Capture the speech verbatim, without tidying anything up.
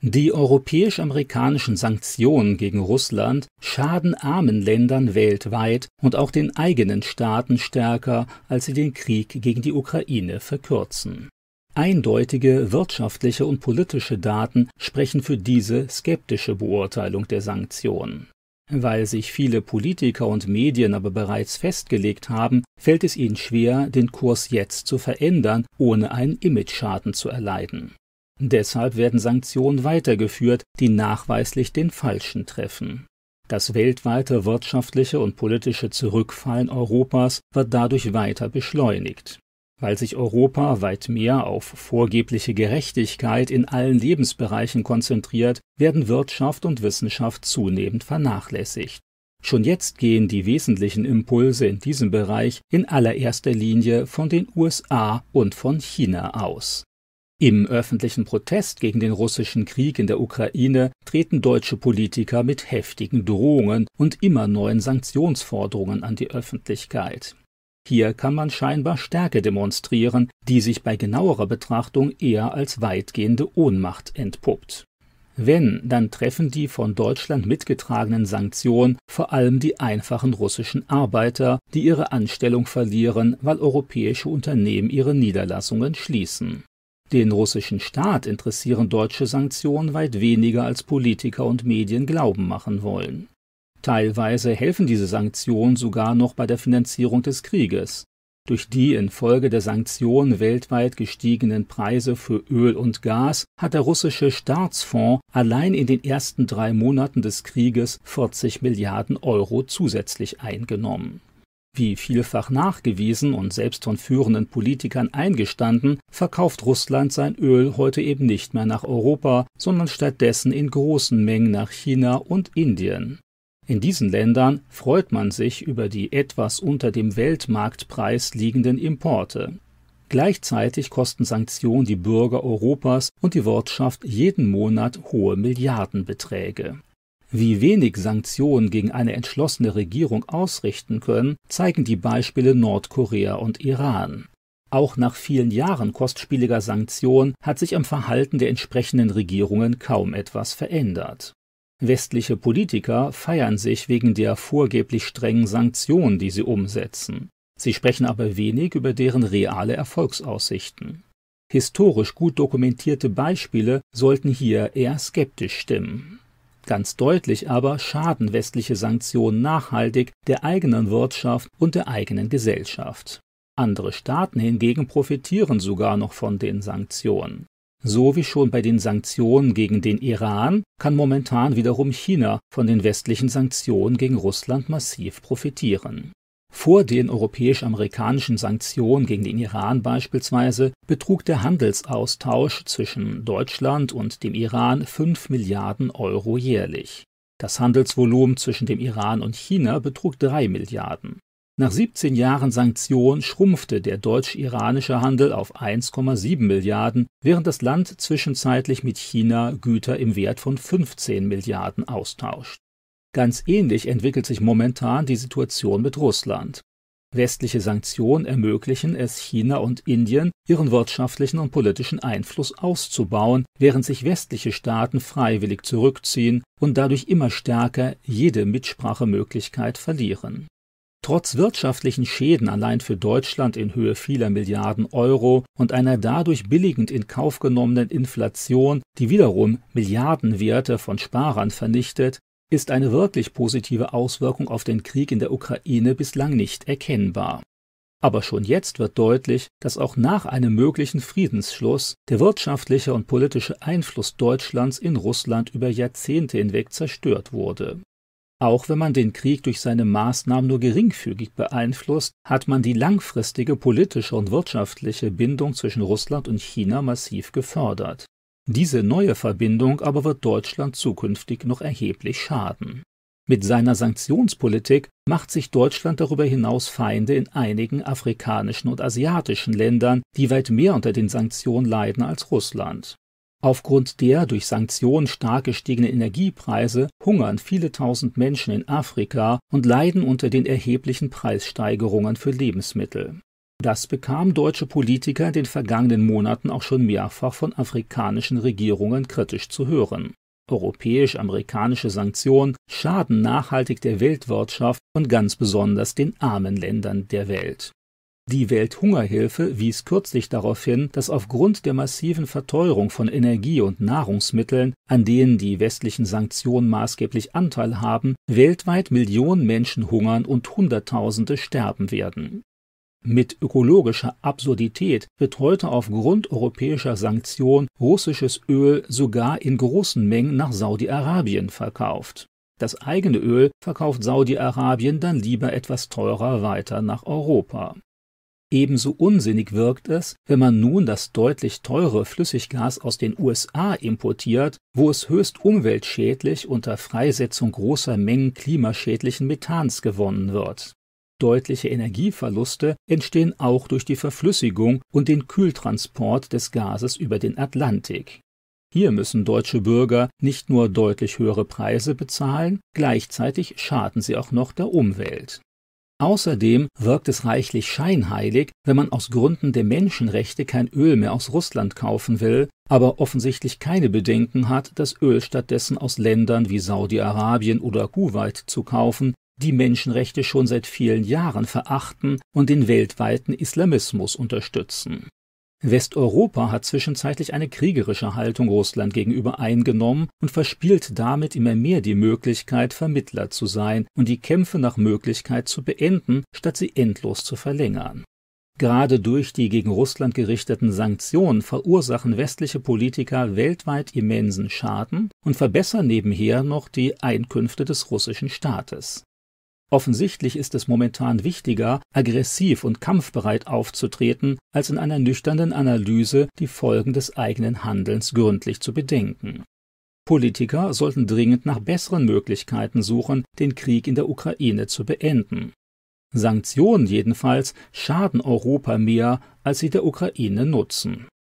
Die europäisch-amerikanischen Sanktionen gegen Russland schaden armen Ländern weltweit und auch den eigenen Staaten stärker, als sie den Krieg gegen die Ukraine verkürzen. Eindeutige wirtschaftliche und politische Daten sprechen für diese skeptische Beurteilung der Sanktionen. Weil sich viele Politiker und Medien aber bereits festgelegt haben, fällt es ihnen schwer, den Kurs jetzt zu verändern, ohne einen Imageschaden zu erleiden. Deshalb werden Sanktionen weitergeführt, die nachweislich den Falschen treffen. Das weltweite wirtschaftliche und politische Zurückfallen Europas wird dadurch weiter beschleunigt. Weil sich Europa weit mehr auf vorgebliche Gerechtigkeit in allen Lebensbereichen konzentriert, werden Wirtschaft und Wissenschaft zunehmend vernachlässigt. Schon jetzt gehen die wesentlichen Impulse in diesem Bereich in allererster Linie von den U S A und von China aus. Im öffentlichen Protest gegen den russischen Krieg in der Ukraine treten deutsche Politiker mit heftigen Drohungen und immer neuen Sanktionsforderungen an die Öffentlichkeit. Hier kann man scheinbar Stärke demonstrieren, die sich bei genauerer Betrachtung eher als weitgehende Ohnmacht entpuppt. Wenn, dann treffen die von Deutschland mitgetragenen Sanktionen vor allem die einfachen russischen Arbeiter, die ihre Anstellung verlieren, weil europäische Unternehmen ihre Niederlassungen schließen. Den russischen Staat interessieren deutsche Sanktionen weit weniger, als Politiker und Medien glauben machen wollen. Teilweise helfen diese Sanktionen sogar noch bei der Finanzierung des Krieges. Durch die infolge der Sanktionen weltweit gestiegenen Preise für Öl und Gas hat der russische Staatsfonds allein in den ersten drei Monaten des Krieges vierzig Milliarden Euro zusätzlich eingenommen. Wie vielfach nachgewiesen und selbst von führenden Politikern eingestanden, verkauft Russland sein Öl heute eben nicht mehr nach Europa, sondern stattdessen in großen Mengen nach China und Indien. In diesen Ländern freut man sich über die etwas unter dem Weltmarktpreis liegenden Importe. Gleichzeitig kosten Sanktionen die Bürger Europas und die Wirtschaft jeden Monat hohe Milliardenbeträge. Wie wenig Sanktionen gegen eine entschlossene Regierung ausrichten können, zeigen die Beispiele Nordkorea und Iran. Auch nach vielen Jahren kostspieliger Sanktionen hat sich am Verhalten der entsprechenden Regierungen kaum etwas verändert. Westliche Politiker feiern sich wegen der vorgeblich strengen Sanktionen, die sie umsetzen. Sie sprechen aber wenig über deren reale Erfolgsaussichten. Historisch gut dokumentierte Beispiele sollten hier eher skeptisch stimmen. Ganz deutlich aber schaden westliche Sanktionen nachhaltig der eigenen Wirtschaft und der eigenen Gesellschaft. Andere Staaten hingegen profitieren sogar noch von den Sanktionen. So wie schon bei den Sanktionen gegen den Iran kann momentan wiederum China von den westlichen Sanktionen gegen Russland massiv profitieren. Vor den europäisch-amerikanischen Sanktionen gegen den Iran beispielsweise betrug der Handelsaustausch zwischen Deutschland und dem Iran fünf Milliarden Euro jährlich. Das Handelsvolumen zwischen dem Iran und China betrug drei Milliarden. Nach siebzehn Jahren Sanktionen schrumpfte der deutsch-iranische Handel auf eins Komma sieben Milliarden, während das Land zwischenzeitlich mit China Güter im Wert von fünfzehn Milliarden austauscht. Ganz ähnlich entwickelt sich momentan die Situation mit Russland. Westliche Sanktionen ermöglichen es China und Indien, ihren wirtschaftlichen und politischen Einfluss auszubauen, während sich westliche Staaten freiwillig zurückziehen und dadurch immer stärker jede Mitsprachemöglichkeit verlieren. Trotz wirtschaftlichen Schäden allein für Deutschland in Höhe vieler Milliarden Euro und einer dadurch billigend in Kauf genommenen Inflation, die wiederum Milliardenwerte von Sparern vernichtet, ist eine wirklich positive Auswirkung auf den Krieg in der Ukraine bislang nicht erkennbar. Aber schon jetzt wird deutlich, dass auch nach einem möglichen Friedensschluss der wirtschaftliche und politische Einfluss Deutschlands in Russland über Jahrzehnte hinweg zerstört wurde. Auch wenn man den Krieg durch seine Maßnahmen nur geringfügig beeinflusst, hat man die langfristige politische und wirtschaftliche Bindung zwischen Russland und China massiv gefördert. Diese neue Verbindung aber wird Deutschland zukünftig noch erheblich schaden. Mit seiner Sanktionspolitik macht sich Deutschland darüber hinaus Feinde in einigen afrikanischen und asiatischen Ländern, die weit mehr unter den Sanktionen leiden als Russland. Aufgrund der durch Sanktionen stark gestiegenen Energiepreise hungern viele tausend Menschen in Afrika und leiden unter den erheblichen Preissteigerungen für Lebensmittel. Das bekamen deutsche Politiker in den vergangenen Monaten auch schon mehrfach von afrikanischen Regierungen kritisch zu hören. Europäisch-amerikanische Sanktionen schaden nachhaltig der Weltwirtschaft und ganz besonders den armen Ländern der Welt. Die Welthungerhilfe wies kürzlich darauf hin, dass aufgrund der massiven Verteuerung von Energie und Nahrungsmitteln, an denen die westlichen Sanktionen maßgeblich Anteil haben, weltweit Millionen Menschen hungern und Hunderttausende sterben werden. Mit ökologischer Absurdität wird heute aufgrund europäischer Sanktionen russisches Öl sogar in großen Mengen nach Saudi-Arabien verkauft. Das eigene Öl verkauft Saudi-Arabien dann lieber etwas teurer weiter nach Europa. Ebenso unsinnig wirkt es, wenn man nun das deutlich teure Flüssiggas aus den U S A importiert, wo es höchst umweltschädlich unter Freisetzung großer Mengen klimaschädlichen Methans gewonnen wird. Deutliche Energieverluste entstehen auch durch die Verflüssigung und den Kühltransport des Gases über den Atlantik. Hier müssen deutsche Bürger nicht nur deutlich höhere Preise bezahlen, gleichzeitig schaden sie auch noch der Umwelt. Außerdem wirkt es reichlich scheinheilig, wenn man aus Gründen der Menschenrechte kein Öl mehr aus Russland kaufen will, aber offensichtlich keine Bedenken hat, das Öl stattdessen aus Ländern wie Saudi-Arabien oder Kuwait zu kaufen, die Menschenrechte schon seit vielen Jahren verachten und den weltweiten Islamismus unterstützen. Westeuropa hat zwischenzeitlich eine kriegerische Haltung Russland gegenüber eingenommen und verspielt damit immer mehr die Möglichkeit, Vermittler zu sein und die Kämpfe nach Möglichkeit zu beenden, statt sie endlos zu verlängern. Gerade durch die gegen Russland gerichteten Sanktionen verursachen westliche Politiker weltweit immensen Schaden und verbessern nebenher noch die Einkünfte des russischen Staates. Offensichtlich ist es momentan wichtiger, aggressiv und kampfbereit aufzutreten, als in einer nüchternen Analyse die Folgen des eigenen Handelns gründlich zu bedenken. Politiker sollten dringend nach besseren Möglichkeiten suchen, den Krieg in der Ukraine zu beenden. Sanktionen jedenfalls schaden Europa mehr, als sie der Ukraine nutzen.